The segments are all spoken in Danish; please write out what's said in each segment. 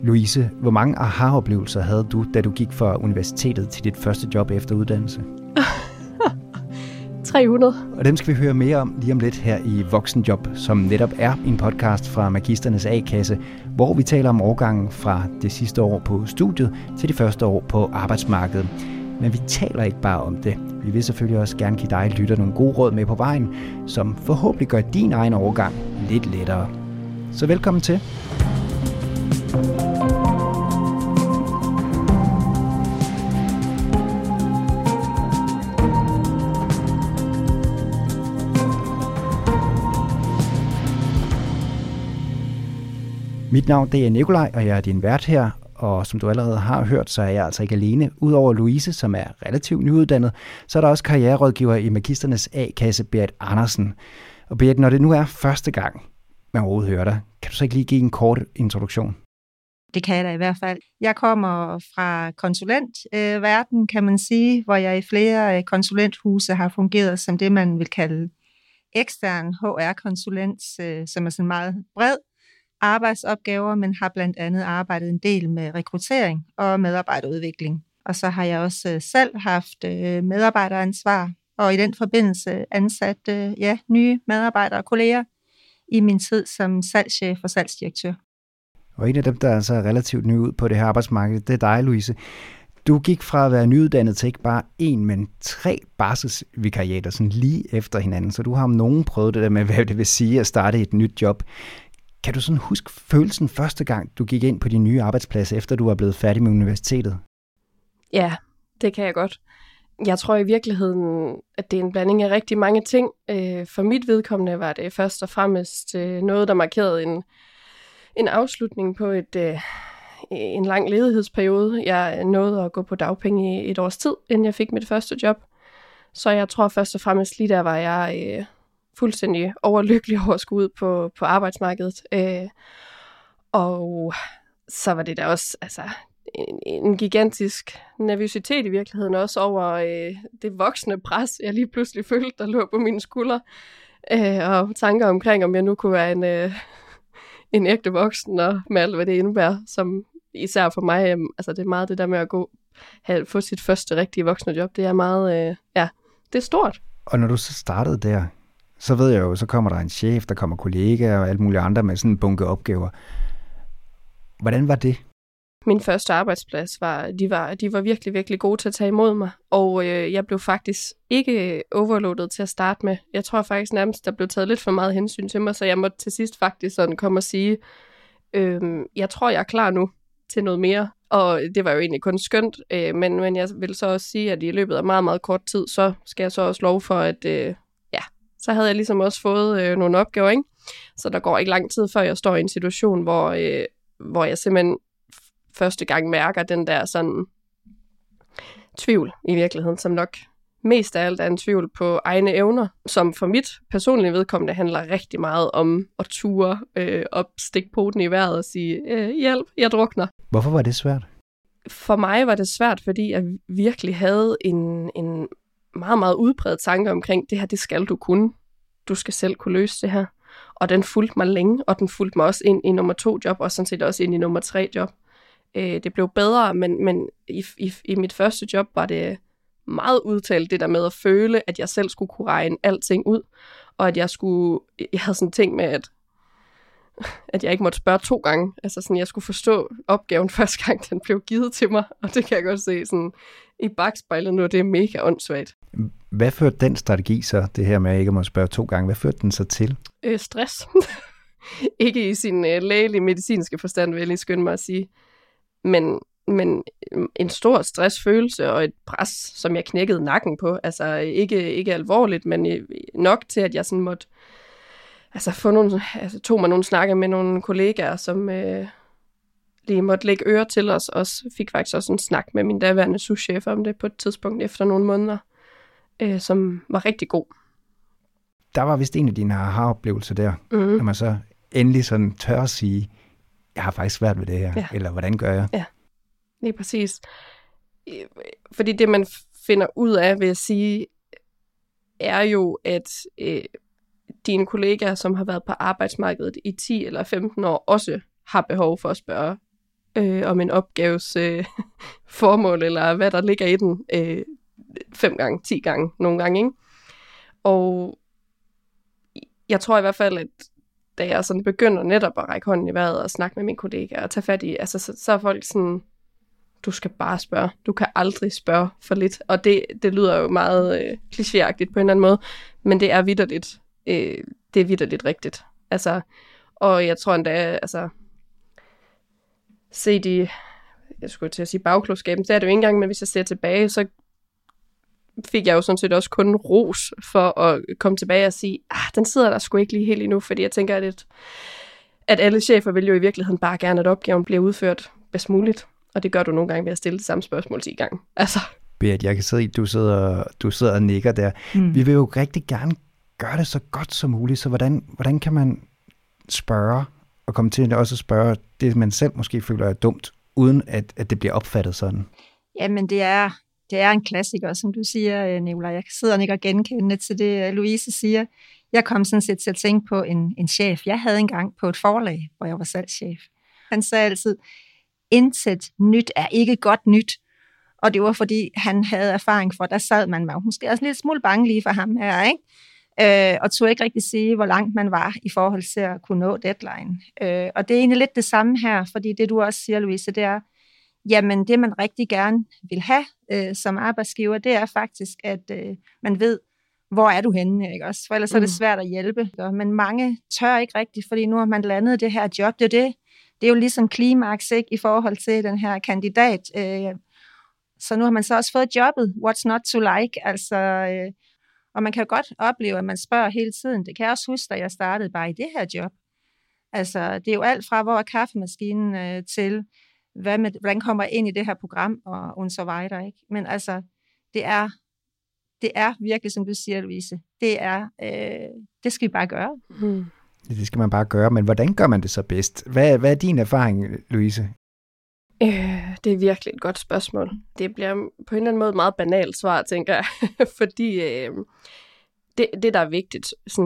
Louise, hvor mange aha-oplevelser havde du, da du gik fra universitetet til dit første job efter uddannelse? 300. Og dem skal vi høre mere om lige om lidt her i Voksenjob, som netop er en podcast fra Magisternes A-kasse, hvor vi taler om overgangen fra det sidste år på studiet til det første år på arbejdsmarkedet. Men vi taler ikke bare om det. Vi vil selvfølgelig også gerne give dig, lytter, nogle gode råd med på vejen, som forhåbentlig gør din egen overgang lidt lettere. Så velkommen til. Mit navn det er Nikolaj, og jeg er din vært her, og som du allerede har hørt, så er jeg altså ikke alene. Udover Louise, som er relativt nyuddannet, så er der også karriererådgiver i Magisternes A-kasse, Berit Andersen. Og Berit, når det nu er første gang, man overhovedet hører dig, kan du så ikke lige give en kort introduktion? Det kan jeg da i hvert fald. Jeg kommer fra konsulentverden, kan man sige, hvor jeg i flere konsulenthuse har fungeret som det, man vil kalde ekstern HR-konsulent, som er sådan meget bred arbejdsopgaver, men har blandt andet arbejdet en del med rekruttering og medarbejderudvikling. Og så har jeg også selv haft medarbejderansvar, og i den forbindelse ansat nye medarbejdere og kolleger i min tid som salgschef og salgsdirektør. Og en af dem, der altså er relativt ny ud på det her arbejdsmarked, det er dig, Louise. Du gik fra at være nyuddannet til ikke bare 1, men 3 barselsvikariater sådan lige efter hinanden, så du har om nogen prøvet det der med, hvad det vil sige at starte et nyt job. Kan du sådan huske følelsen første gang, du gik ind på din nye arbejdsplads, efter du var blevet færdig med universitetet? Ja, det kan jeg godt. Jeg tror i virkeligheden, at det er en blanding af rigtig mange ting. For mit vedkommende var det først og fremmest noget, der markerede en afslutning på en lang ledighedsperiode. Jeg nåede at gå på dagpenge i et års tid, inden jeg fik mit første job. Så jeg tror først og fremmest lige der var jeg fuldstændig overlykkelig over at skulle ud på arbejdsmarkedet. Og så var det da også en gigantisk nervøsitet i virkeligheden også over det voksende pres, jeg lige pludselig følte, der lå på mine skuldre. Og tanker omkring, om jeg nu kunne være en ægte voksen, og med alt, hvad det indebærer, som især for mig, det er meget det der med at få sit første rigtige voksne job, det er meget, det er stort. Og når du så startede der, så ved jeg jo, så kommer der en chef, der kommer kollegaer og alt muligt andre med sådan en bunke opgaver. Hvordan var det? Min første arbejdsplads de var virkelig, virkelig gode til at tage imod mig, og jeg blev faktisk ikke overloadet til at starte med. Jeg tror faktisk nærmest, der blev taget lidt for meget hensyn til mig, så jeg måtte til sidst faktisk sådan komme og sige, jeg tror, jeg er klar nu til noget mere. Og det var jo egentlig kun skønt, men jeg vil så også sige, at i løbet af meget, meget kort tid, så skal jeg så også love for, at så havde jeg ligesom også fået nogle opgaver, ikke? Så der går ikke lang tid, før jeg står i en situation, hvor jeg simpelthen første gang mærker den der sådan tvivl i virkeligheden, som nok mest af alt er en tvivl på egne evner, som for mit personlige vedkommende handler rigtig meget om at ture op, stikke poten i vejret og sige, hjælp, jeg drukner. Hvorfor var det svært? For mig var det svært, fordi jeg virkelig havde en meget, meget udbredt tanke omkring, det her, det skal du kunne. Du skal selv kunne løse det her. Og den fulgte mig længe, og den fulgte mig også ind i nummer 2 job, og sådan set også ind i nummer 3 job. Det blev bedre, men i mit første job var det meget udtalt det der med at føle, at jeg selv skulle kunne regne alting ud, og at jeg havde sådan en ting med, at jeg ikke måtte spørge 2 gange. Altså sådan, jeg skulle forstå opgaven første gang, den blev givet til mig, og det kan jeg godt se sådan i bagspejlet nu, det er mega åndssvagt. Hvad førte den strategi så, det her med at ikke må spørge 2 gange, hvad førte den så til? Stress. Ikke i sin lægelige medicinske forstand, vil jeg lige skynde mig at sige. Men en stor stressfølelse og et pres, som jeg knækkede nakken på. Altså ikke alvorligt, men nok til, at jeg sådan måtte tog mig nogle snakke med nogle kollegaer, som lige måtte lægge øre til os. Og fik faktisk også en snak med min daværende souschef om det på et tidspunkt efter nogle måneder, som var rigtig god. Der var vist en af dine aha-oplevelser der, at man så endelig sådan tør at sige, jeg har faktisk svært ved det her, eller hvordan gør jeg? Ja, lige præcis. Fordi det, man finder ud af, vil jeg sige, er jo, at dine kollegaer, som har været på arbejdsmarkedet i 10 eller 15 år, også har behov for at spørge om en opgaves formål, eller hvad der ligger i den, 5 gange, 10 gange, nogle gange, ikke? Og jeg tror i hvert fald, at da jeg sådan begynder netop at række hånden i vejret og snakke med mine kollegaer og tage fat i, altså så er folk sådan, du skal bare spørge. Du kan aldrig spørge for lidt. Og det lyder jo meget klichéagtigt på en eller anden måde, men det er vitterligt. Det er vitterligt rigtigt. Altså, og jeg tror endda, altså, se de, jeg skulle til at sige bagklogskaben, så er det jo ikke engang, men hvis jeg ser tilbage, så fik jeg jo sådan set også kun ros for at komme tilbage og sige, den sidder der sgu ikke lige helt endnu, fordi jeg tænker, at alle chefer vil jo i virkeligheden bare gerne, at opgaven bliver udført bedst muligt. Og det gør du nogle gange ved at stille det samme spørgsmål 10 gange. Altså. Berit, jeg kan se, at du sidder og nikker der. Vi vil jo rigtig gerne gøre det så godt som muligt, så hvordan kan man spørge, og komme til at også spørge det, man selv måske føler er dumt, uden at det bliver opfattet sådan? Jamen, det er en klassiker, som du siger, Nicolaj. Jeg sidder og nikker genkendende til det, Louise siger. Jeg kom sådan set til at tænke på en chef. Jeg havde engang på et forlag, hvor jeg var salgschef. Han sagde altid, intet nyt er ikke godt nyt. Og det var, fordi han havde erfaring for, der sad man måske også lidt smule bange lige for ham her, ikke? Og tog ikke rigtig sige, hvor langt man var i forhold til at kunne nå deadline. Og det er egentlig lidt det samme her, fordi det du også siger, Louise, det er, jamen det man rigtig gerne vil have som arbejdsgiver, det er faktisk, at man ved, hvor er du henne, ikke også? For ellers er det svært at hjælpe. Men mange tør ikke rigtigt, fordi nu har man landet det her job, det er jo ligesom klimaks, ikke, i forhold til den her kandidat. Så nu har man så også fået jobbet. What's not to like? Altså, og man kan jo godt opleve, at man spørger hele tiden. Det kan jeg også huske, da jeg startede bare i det her job. Altså, det er jo alt fra, hvor er kaffemaskinen til, hvordan kommer jeg ind i det her program, og så videre, ikke? Men altså, det er virkelig, som du siger, Louise, det skal vi bare gøre. Det skal man bare gøre, men hvordan gør man det så bedst? Hvad er din erfaring, Louise? Det er virkelig et godt spørgsmål. Det bliver på en eller anden måde et meget banalt svar, tænker jeg, fordi det, der er vigtigt, sådan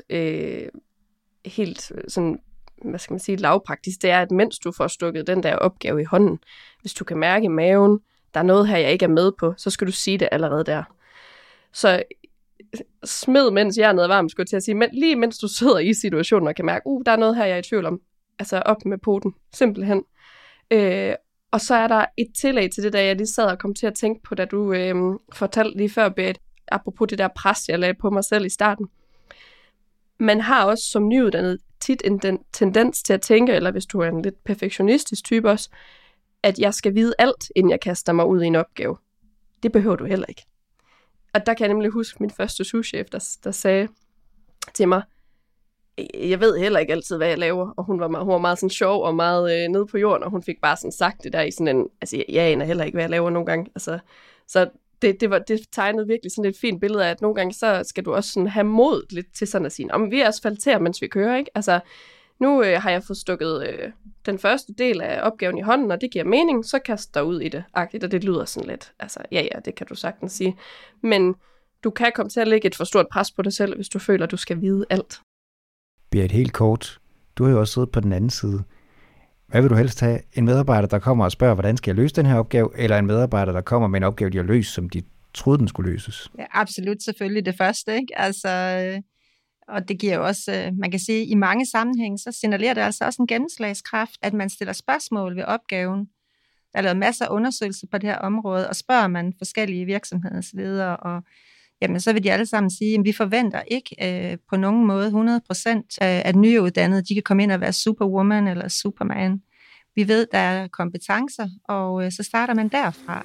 helt sådan, hvad skal man sige, lavpraktisk, det er, at mens du får stukket den der opgave i hånden, hvis du kan mærke i maven, der er noget her, jeg ikke er med på, så skal du sige det allerede der. Så smid, mens jernet er varmt, skulle jeg til at sige, men lige mens du sidder i situationen og kan mærke, der er noget her, jeg er i tvivl om. Altså op med poten, simpelthen. Og så er der et tillæg til det, der jeg lige sad og kom til at tænke på, da du fortalte lige før, Berit, apropos det der pres, jeg lagde på mig selv i starten. Man har også som nyuddannet tit en tendens til at tænke, eller hvis du er en lidt perfektionistisk type også, at jeg skal vide alt, inden jeg kaster mig ud i en opgave. Det behøver du heller ikke. Og der kan jeg nemlig huske min første souschef, der sagde til mig, jeg ved heller ikke altid, hvad jeg laver, og hun var meget sådan sjov og meget nede på jorden, og hun fik bare sådan sagt det der i sådan en, altså jeg aner heller ikke, hvad jeg laver nogle gange, altså, så det tegnede virkelig sådan et fint billede af, at nogle gange så skal du også sådan have mod lidt til sådan at sige, vi asfalterer, mens vi kører, ikke? Altså, nu har jeg fået stukket den første del af opgaven i hånden, og det giver mening, så kast dig ud i det, og det lyder sådan lidt, altså ja, det kan du sagtens sige, men du kan komme til at lægge et for stort pres på dig selv, hvis du føler, at du skal vide alt. Berit, helt kort, du har jo også siddet på den anden side. Hvad vil du helst have? En medarbejder, der kommer og spørger, hvordan skal jeg løse den her opgave, eller en medarbejder, der kommer med en opgave, de har løst, som de troede, den skulle løses? Ja, absolut, selvfølgelig det første, ikke? Altså, og det giver jo også, man kan sige, i mange sammenhænge, så signalerer det altså også en gennemslagskraft, at man stiller spørgsmål ved opgaven. Der er lavet masser af undersøgelser på det her område, og spørger man forskellige virksomhedsledere, og jamen, så vil de alle sammen sige, at vi forventer ikke på nogen måde 100% at nyuddannede, de kan komme ind og være superwoman eller superman. Vi ved, der er kompetencer, og så starter man derfra.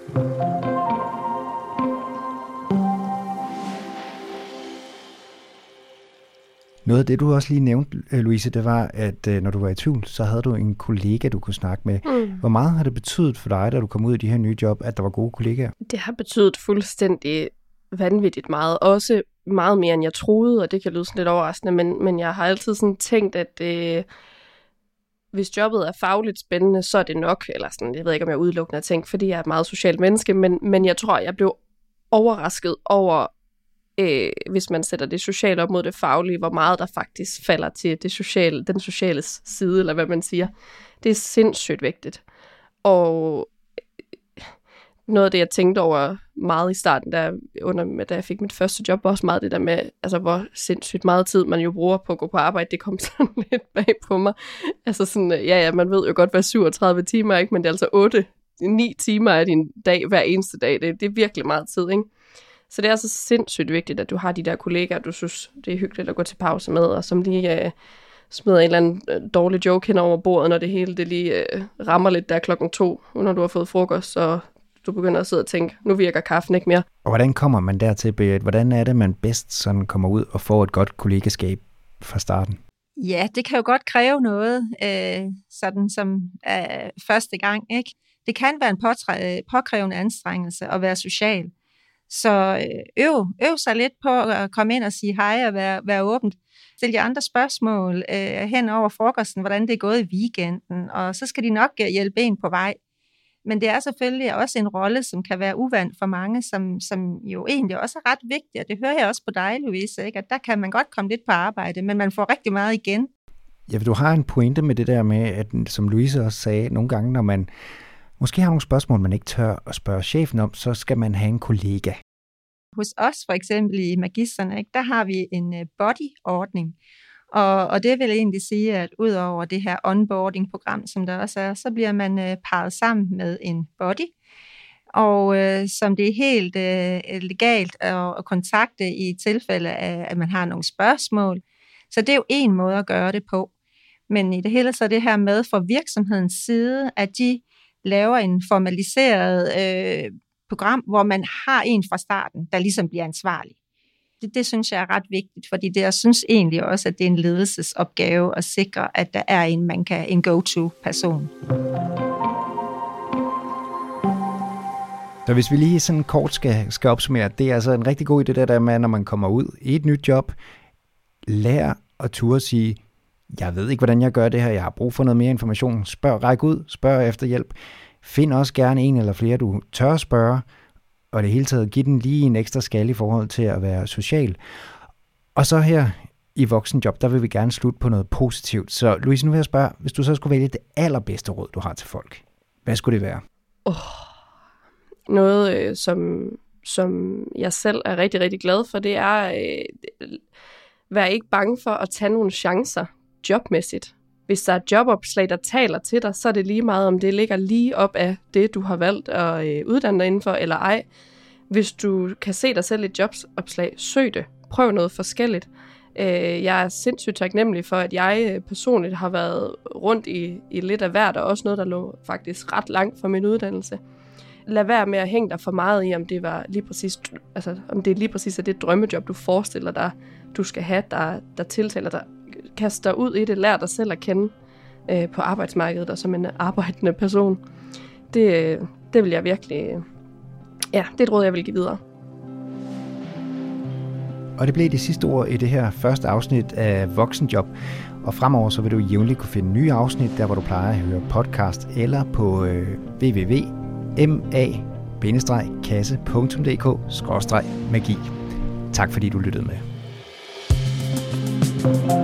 Noget af det, du også lige nævnte, Louise, det var, at når du var i tvivl, så havde du en kollega, du kunne snakke med. Hvor meget har det betydet for dig, da du kom ud i de her nye job, at der var gode kollegaer? Det har betydet fuldstændig vanvittigt meget. Også meget mere, end jeg troede, og det kan lyde sådan lidt overraskende, men jeg har altid sådan tænkt, at hvis jobbet er fagligt spændende, så er det nok, eller sådan, jeg ved ikke, om jeg udelukkende har tænkt, fordi jeg er et meget socialt menneske, men jeg tror, jeg blev overrasket over, hvis man sætter det sociale op mod det faglige, hvor meget der faktisk falder til det sociale, den sociale side, eller hvad man siger. Det er sindssygt vigtigt. Og noget af det, jeg tænkte over meget i starten, da jeg fik mit første job, var også meget det der med, altså hvor sindssygt meget tid man jo bruger på at gå på arbejde, det kom sådan lidt bag på mig. Altså sådan, ja, man ved jo godt, hvad 37 timer er, ikke? Men det er altså 9 timer af din dag, hver eneste dag. Det er virkelig meget tid, ikke? Så det er altså sindssygt vigtigt, at du har de der kollegaer, du synes, det er hyggeligt at gå til pause med, og som lige smider en eller anden dårlig joke hen over bordet, når det hele det lige rammer lidt der 2:00, når du har fået frokost, og du begynder at sidde og tænke, nu virker kaffen ikke mere. Og hvordan kommer man dertil, Berit? Hvordan er det, man bedst sådan kommer ud og får et godt kollegeskab fra starten? Ja, det kan jo godt kræve noget, sådan som første gang, ikke? Det kan være en påkrævende anstrengelse at være social. Så øv sig lidt på at komme ind og sige hej og være åbent. Stil de andre spørgsmål hen over frokosten, hvordan det er gået i weekenden, og så skal de nok hjælpe en på vej. Men det er selvfølgelig også en rolle, som kan være uvant for mange, som jo egentlig også er ret vigtig, og det hører jeg også på dig, Louise, ikke? At der kan man godt komme lidt på arbejde, men man får rigtig meget igen. Ja, du har en pointe med det der med, at som Louise også sagde, nogle gange, når man måske har nogle spørgsmål, man ikke tør at spørge chefen om, så skal man have en kollega. Hos os for eksempel i Magisterne, ikke, der har vi en buddy-ordning, og det vil egentlig sige, at ud over det her onboarding-program, som der også er, så bliver man parret sammen med en buddy, og som det er helt legalt at kontakte i tilfælde af, at man har nogle spørgsmål. Så det er jo en måde at gøre det på. Men i det hele så er det her med fra virksomhedens side, at de laver en formaliseret program, hvor man har en fra starten, der ligesom bliver ansvarlig. Det synes jeg er ret vigtigt, fordi jeg synes egentlig også, at det er en ledelsesopgave at sikre, at der er en go-to-person. Så hvis vi lige sådan kort skal opsummere, det er altså en rigtig god idé, det der med, når man kommer ud i et nyt job, lær at turde sige, jeg ved ikke, hvordan jeg gør det her, jeg har brug for noget mere information, ræk ud, spørg efter hjælp. Find også gerne en eller flere, du tør spørge, og det hele taget give den lige en ekstra skal i forhold til at være social. Og så her i Voksenjob, der vil vi gerne slutte på noget positivt. Så Louise, nu vil jeg spørge, hvis du så skulle vælge det allerbedste råd, du har til folk, hvad skulle det være? Noget, som jeg selv er rigtig, rigtig glad for, det er, vær ikke bange for at tage nogle chancer jobmæssigt. Hvis der er et jobopslag, der taler til dig, så er det lige meget, om det ligger lige op af det, du har valgt at uddanne dig indenfor, eller ej. Hvis du kan se dig selv i et jobopslag, søg det. Prøv noget forskelligt. Jeg er sindssygt taknemmelig for, at jeg personligt har været rundt i lidt af hvert, og også noget, der lå faktisk ret langt fra min uddannelse. Lad være med at hænge dig for meget i, om det var lige præcis, altså om det lige præcis er det drømmejob, du forestiller dig, du skal have, der tiltaler dig. Kast dig ud i det, lær dig selv at kende på arbejdsmarkedet og som en arbejdende person. Det vil jeg virkelig, ja, det er et råd, jeg vil give videre. Og det blev det sidste ord i det her første afsnit af Voksenjob. Og fremover så vil du jævnligt kunne finde nye afsnit, der hvor du plejer at høre podcast, eller på www.ma-kasse.dk/magi. Tak fordi du lyttede med.